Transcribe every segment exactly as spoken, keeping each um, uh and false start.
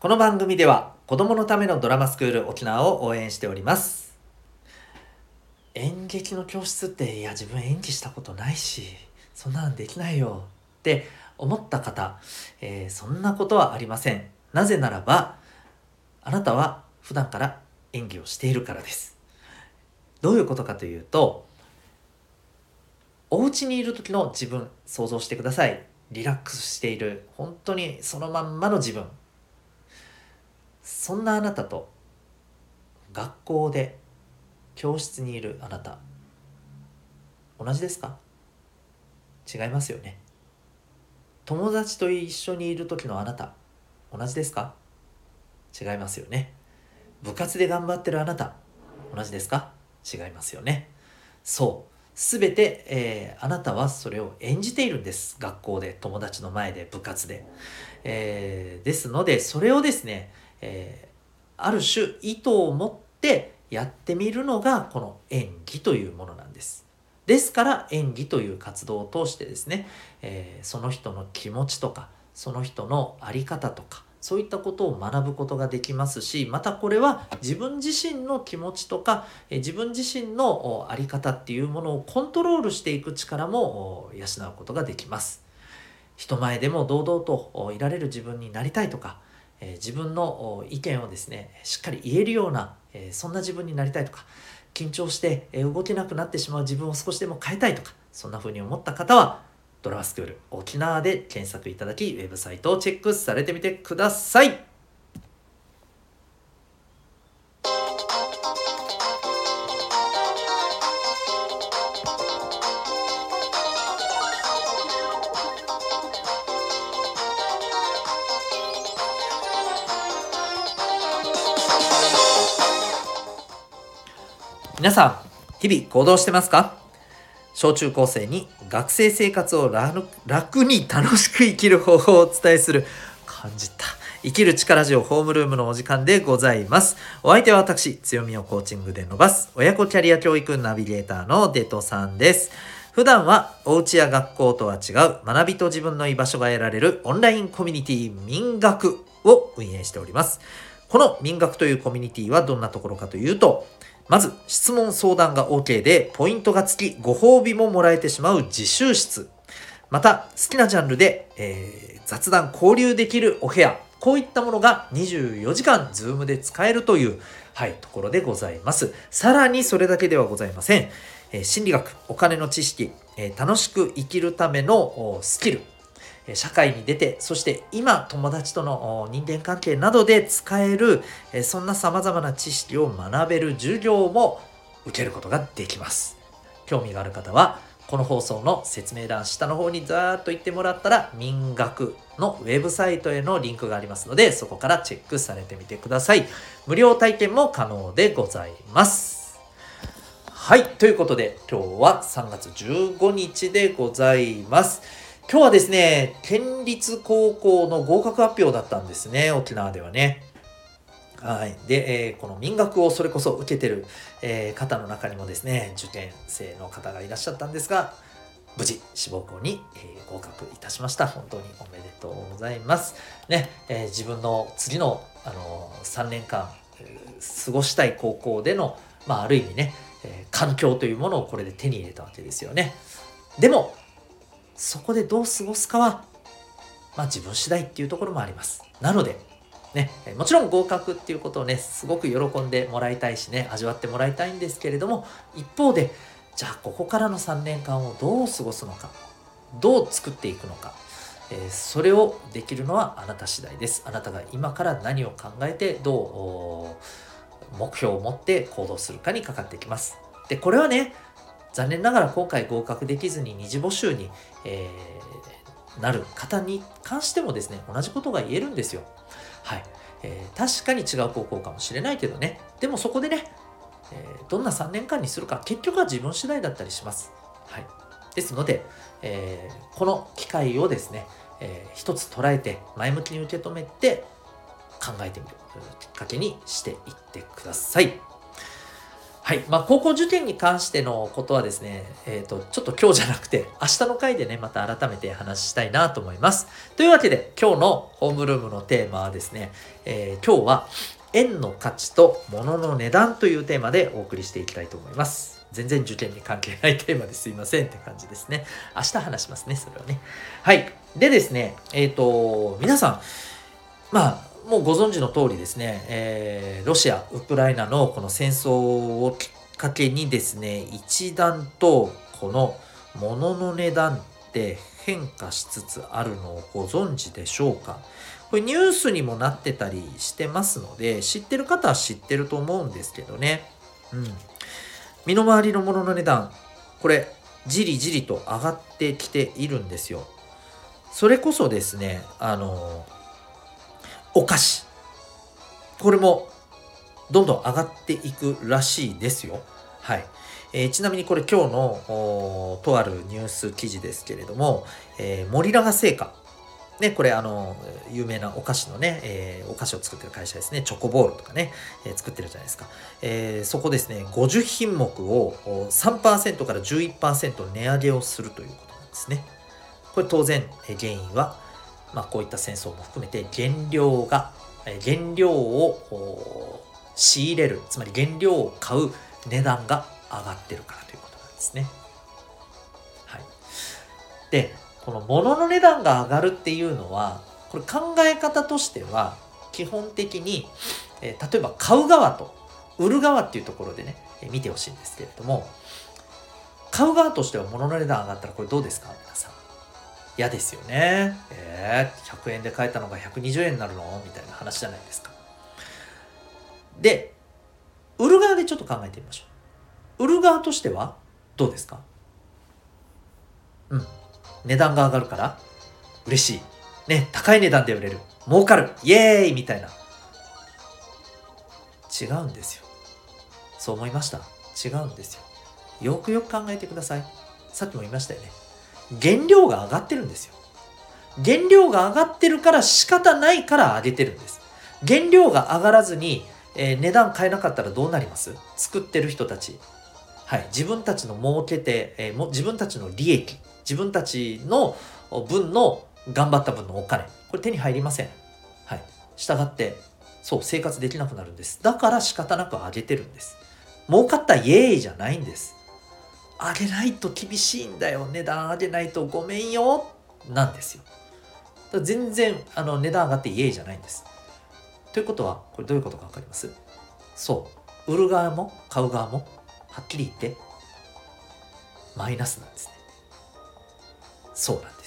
この番組では子供のためのドラマスクール沖縄を応援しております。演劇の教室って、いや自分演技したことないし、そんなんできないよって思った方、えーそんなことはありません。なぜならば、あなたは普段から演技をしているからです。どういうことかというと、お家にいる時の自分、想像してください。リラックスしている、本当にそのまんまの自分。そんなあなたと、学校で教室にいるあなた、同じですか？違いますよね。友達と一緒にいる時のあなた、同じですか？違いますよね。部活で頑張ってるあなた、同じですか？違いますよね。そう。すべて、えーあなたはそれを演じているんです。学校で、友達の前で、部活で。えーですので、それをですね、えーある種意図を持ってやってみるのがこの演技というものなんです。ですから演技という活動を通してですね、えーその人の気持ちとか、その人の在り方とか、そういったことを学ぶことができますし、またこれは自分自身の気持ちとか、えー自分自身のお在り方っていうものをコントロールしていく力もお養うことができます。人前でも堂々とおいられる自分になりたいとか、えー自分のお意見をですね、しっかり言えるような、えーそんな自分になりたいとか、緊張してえー動けなくなってしまう自分を少しでも変えたいとか、そんな風に思った方は、ドラマスクール沖縄で検索いただき、ウェブサイトをチェックされてみてください。皆さん、日々行動してますか？小中高生に学生生活を楽楽に楽しく生きる方法をお伝えする、感じた生きる力ジオホームルームのお時間でございます。お相手は私、強みをコーチングで伸ばす親子キャリア教育ナビゲーターのデトさんです。普段はお家や学校とは違う学びと自分の居場所が得られるオンラインコミュニティ民学を運営しております。この民学というコミュニティはどんなところかというと、まず質問相談が OK でポイントがつきご褒美ももらえてしまう自習室、また好きなジャンルで、えー雑談交流できるお部屋、こういったものがにじゅうよじかん Zoom で使えるという、はい、ところでございます。さらにそれだけではございません。えー心理学、お金の知識、えー楽しく生きるためのおスキル、えー社会に出て、そして今友達とのお人間関係などで使える、えーそんな様々な知識を学べる授業も受けることができます。興味がある方はこの放送の説明欄下の方にざーっと行ってもらったら、民学のウェブサイトへのリンクがありますので、そこからチェックされてみてください。無料体験も可能でございます。はい、ということで今日はさんがつじゅうごにちでございます。今日はですね、県立高校の合格発表だったんですね、沖縄ではね。はい。で、えーこの民学をそれこそ受けてる、えー方の中にもですね、受験生の方がいらっしゃったんですが、無事志望校に、えー合格いたしました。本当におめでとうございます。ね、えー自分の次の、あのーさんねんかん、えー過ごしたい高校での、まあ、ある意味ね、えー環境というものをこれで手に入れたわけですよね。でも、そこでどう過ごすかは、まあ自分次第っていうところもあります。なので、ね、えもちろん合格っていうことをね、すごく喜んでもらいたいしね、味わってもらいたいんですけれども、一方で、じゃあここからのさんねんかんをどう過ごすのか、どう作っていくのか、えーそれをできるのはあなた次第です。あなたが今から何を考えて、どうおー目標を持って行動するかにかかってきます。で、これはね、残念ながら今回合格できずに二次募集に、えーなる方に関してもですね、同じことが言えるんですよ。はい。えー確かに違う高校かもしれないけどね。でもそこでね、えーどんなさんねんかんにするか、結局は自分次第だったりします。はい。ですので、えーこの機会をですね、えー一つ捉えて、前向きに受け止めて考えてみるきっかけにしていってください。 はい。まあ、高校受験に関してのことはですね、えっと、ちょっと今日じゃなくて、明日の回でね、また改めて話したいなと思います。というわけで、今日のホームルームのテーマはですね、えー今日は、円の価値と物の値段というテーマでお送りしていきたいと思います。全然受験に関係ないテーマですいませんって感じですね。明日話しますね、それはね。はい。でですね、えっと、皆さん、まあ、もうご存知の通りですね、えーロシア、ウクライナのこの戦争をきっかけにですね、一段とこの物の値段って変化しつつあるのをご存知でしょうか。これニュースにもなってたりしてますので、知ってる方は知ってると思うんですけどね。うん。身の回りの物の値段、これ、じりじりと上がってきているんですよ。それこそですね、あの、お菓子。これもどんどん上がっていくらしいですよ。はい。えーちなみにこれ今日のおーとあるニュース記事ですけれども、えー森永製菓。ね、これあの、有名なお菓子のね、えーお菓子を作ってる会社ですね。チョコボールとかね、えー作ってるじゃないですか。えーそこですね、ごじゅう品目をおさんパーセントからじゅういちパーセント値上げをするということなんですね。これ当然、えー原因は、まあこういった戦争も含めて原料が、えー原料をお仕入れる、つまり原料を買う値段が上がってるからということなんですね。はい。で、この物の値段が上がるっていうのは、これ考え方としては、基本的に、えー例えば買う側と売る側っていうところでね、えー見てほしいんですけれども、買う側としては物の値段上がったらこれどうですか皆さん。嫌ですよね。えー、ひゃくえんで買えたのがひゃくにじゅうえんになるのみたいな話じゃないですか。で、売る側でちょっと考えてみましょう。売る側としてはどうですか？うん。値段が上がるから嬉しい。ね、高い値段で売れる。儲かる。イエーイみたいな。違うんですよ。そう思いました。違うんですよ。よくよく考えてください。さっきも言いましたよね。原料が上がってるんですよ。原料が上がってるから仕方ないから上げてるんです。原料が上がらずに、えー値段変えなかったらどうなります？作ってる人たち。はい。自分たちの儲けて、えーも自分たちの利益、自分たちの分の頑張った分のお金、これ手に入りません。はい。したがって、そう、生活できなくなるんです。だから仕方なく上げてるんです。儲かったイエーイじゃないんです。上げないと厳しいんだよ。値段上げないとごめんよ。なんですよ。だから全然あの値段上がってイエーイじゃないんです。ということは、これどういうことかわかります？そう。売る側も買う側も、はっきり言ってマイナスなんですね。そうなんです。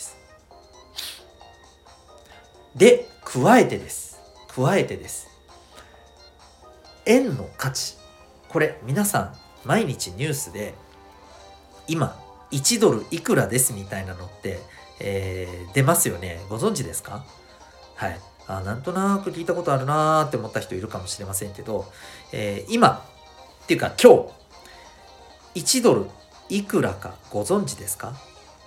で、加えてです。加えてです。円の価値。これ皆さん毎日ニュースで今いちドルいくらですみたいなのって、えー出ますよね。ご存知ですか？はい。あ、なんとなく聞いたことあるなーって思った人いるかもしれませんけど、えー今っていうか今日いちドルいくらかご存知ですか？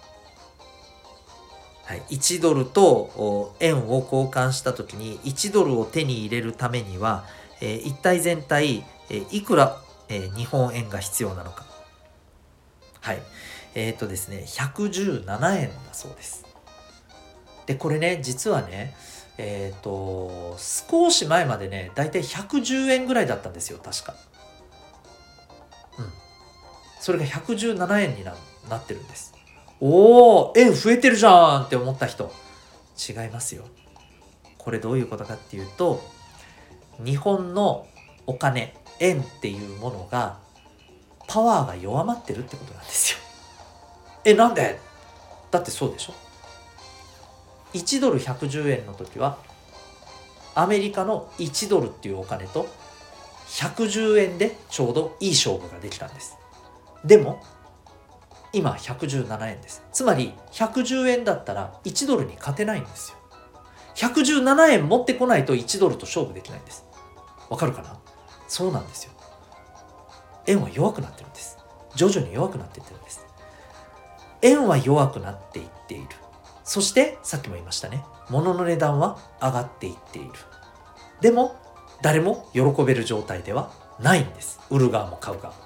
はい、いちドルとお円を交換した時にいちドルを手に入れるためには、えー一体全体、えーいくら、えー日本円が必要なのか。はい。えっ、とですね、ひゃくじゅうななえんだそうです。で、これね、実はね、えっ、と、少し前までね、だいたいひゃくじゅうえんぐらいだったんですよ、確か。うん。それがひゃくじゅうななえんにななってるんです。おー、円増えてるじゃんって思った人。違いますよ。これどういうことかっていうと、日本のお金、円っていうものが、パワーが弱まってるってことなんですよ。え、なんで？だってそうでしょ？ いち ドルひゃくじゅうえんの時は、アメリカのいちドルっていうお金とひゃくじゅうえんでちょうどいい勝負ができたんです。でも、今ひゃくじゅうななえんです。つまりひゃくじゅうえんだったらいちドルに勝てないんですよ。ひゃくじゅうななえん持ってこないといちドルと勝負できないんです。わかるかな？そうなんですよ。円は弱くなってるんです。徐々に弱くなっていってるんです。円は弱くなっていっている。そしてさっきも言いましたね。物の値段は上がっていっている。でも誰も喜べる状態ではないんです。売る側も買う側も。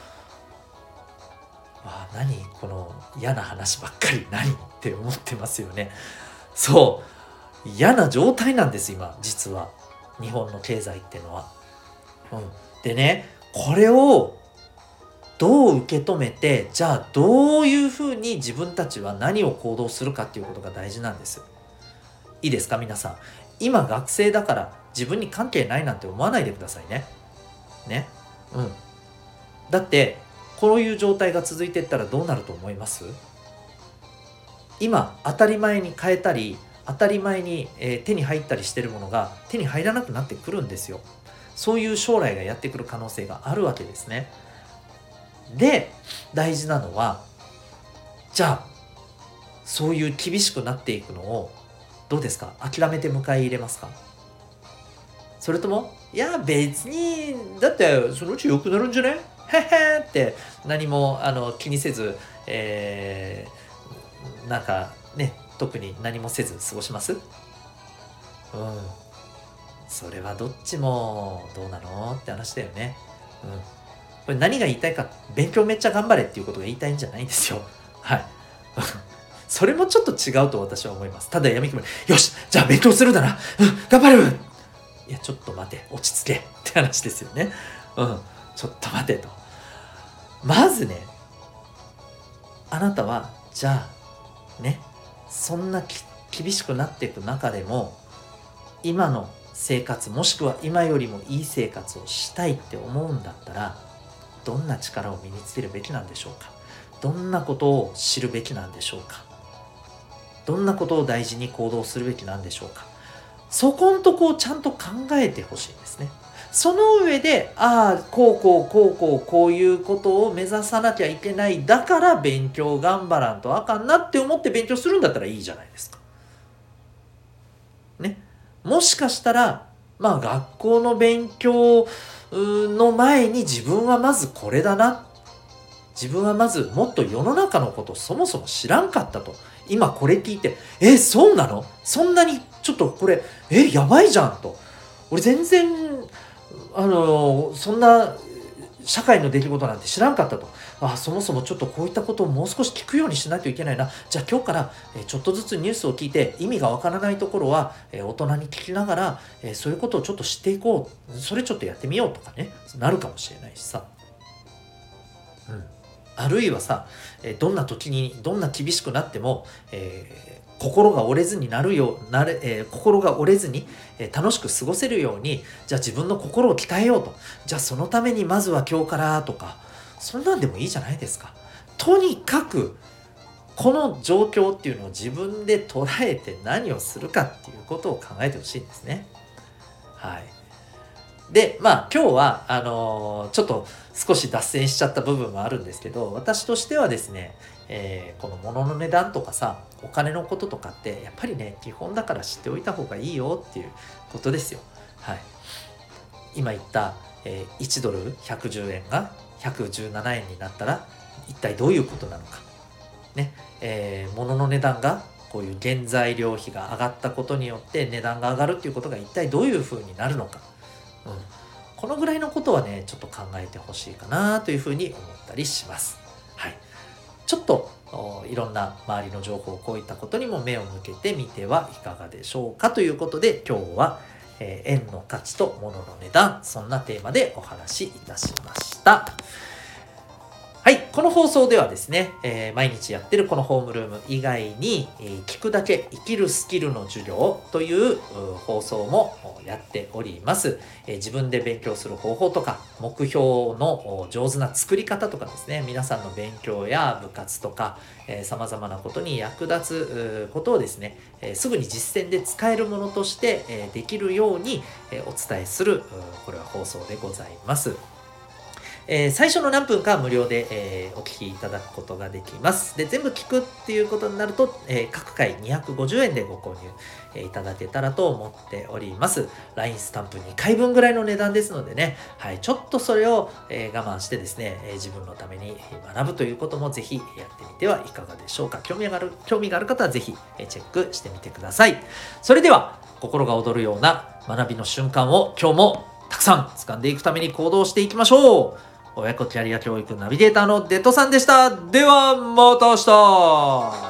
あ、何この嫌な話ばっかり何って思ってますよね。そう嫌な状態なんです今実は日本の経済っていうのは。うん、でねこれをどう受け止めてじゃあどういうふうに自分たちは何を行動するかっていうことが大事なんです。いいですか皆さん。今学生だから自分に関係ないなんて思わないでくださいね。ね。うん。だってこういう状態が続いていったらどうなると思います？今当たり前に変えたり当たり前に、えー手に入ったりしてるものが手に入らなくなってくるんですよ。そういう将来がやってくる可能性があるわけですね。で大事なのはじゃあそういう厳しくなっていくのをどうですか？諦めて迎え入れますか？それともいや別にだってそのうち良くなるんじゃねへへって何もあの気にせず、えーなんかね特に何もせず過ごします？うんそれはどっちもどうなのって話だよね。うんこれ何が言いたいか勉強めっちゃ頑張れっていうことが言いたいんじゃないんですよ。はいそれもちょっと違うと私は思います。ただ闇雲によしじゃあ勉強するだな、うん、頑張るいやちょっと待て落ち着けって話ですよね。うんちょっと待てと。まずねあなたはじゃあねそんなき厳しくなっていく中でも今の生活もしくは今よりもいい生活をしたいって思うんだったらどんな力を身につけるべきなんでしょうか。どんなことを知るべきなんでしょうか。どんなことを大事に行動するべきなんでしょうか。そこんとこをちゃんと考えてほしいんですね。その上で、ああ、こうこうこうこうこういうことを目指さなきゃいけない。だから勉強頑張らんとあかんなって思って勉強するんだったらいいじゃないですか。ね。もしかしたら、まあ学校の勉強の前に自分はまずこれだな。自分はまずもっと世の中のことをそもそも知らんかったと。今これ聞いて、え、そうなの？そんなにちょっとこれ、え、やばいじゃんと。俺全然、あの、そんな社会の出来事なんて知らんかったと。あ、そもそもちょっとこういったことをもう少し聞くようにしないといけないな。じゃあ今日からえちょっとずつニュースを聞いて意味がわからないところはえ大人に聞きながらえそういうことをちょっと知っていこう。それちょっとやってみようとかね。なるかもしれないしさ。うん。あるいはさ、えどんな時にどんな厳しくなっても、えー心が折れずになるようなれ、えー心が折れずに、えー楽しく過ごせるようにじゃあ自分の心を鍛えようと。じゃあそのためにまずは今日からとかそんなんでもいいじゃないですか。とにかくこの状況っていうのを自分で捉えて何をするかっていうことを考えてほしいんですね。はい。で、まあ今日は、あのーちょっと少し脱線しちゃった部分もあるんですけど、私としてはですね、えーこの物の値段とかさ、お金のこととかって、やっぱりね、基本だから知っておいた方がいいよっていうことですよ。はい。今言った、えーいちドルひゃくじゅうえんがひゃくじゅうななえんになったら、一体どういうことなのか。ね、えー物の値段が、こういう原材料費が上がったことによって値段が上がるっていうことが一体どういうふうになるのか。うん、このぐらいのことはねちょっと考えてほしいかなというふうに思ったりします。はい、ちょっといろんな周りの情報こういったことにも目を向けてみてはいかがでしょうかということで今日は、えー円の価値と物の値段そんなテーマでお話しいたしました。はい、この放送ではですね、えー毎日やってるこのホームルーム以外に、えー聞くだけ生きるスキルの授業というう放送もやっております、えー自分で勉強する方法とか目標のお上手な作り方とかですね、皆さんの勉強や部活とか、えー、様々なことに役立つうことをですね、えーすぐに実践で使えるものとして、えーできるように、えーお伝えするうこれは放送でございます。えー最初の何分かは無料で、えーお聞きいただくことができます。で、全部聞くっていうことになると、えー各回にひゃくごじゅうえんでご購入、えーいただけたらと思っております。ライン スタンプにかいぶんぐらいの値段ですのでね、はい、ちょっとそれを、えー我慢してですね、えー自分のために学ぶということもぜひやってみてはいかがでしょうか。興味がある、興味がある方はぜひ、えーチェックしてみてください。それでは、心が躍るような学びの瞬間を今日もたくさん掴んでいくために行動していきましょう。親子キャリア教育ナビゲーターのデトさんでした。ではまた明日。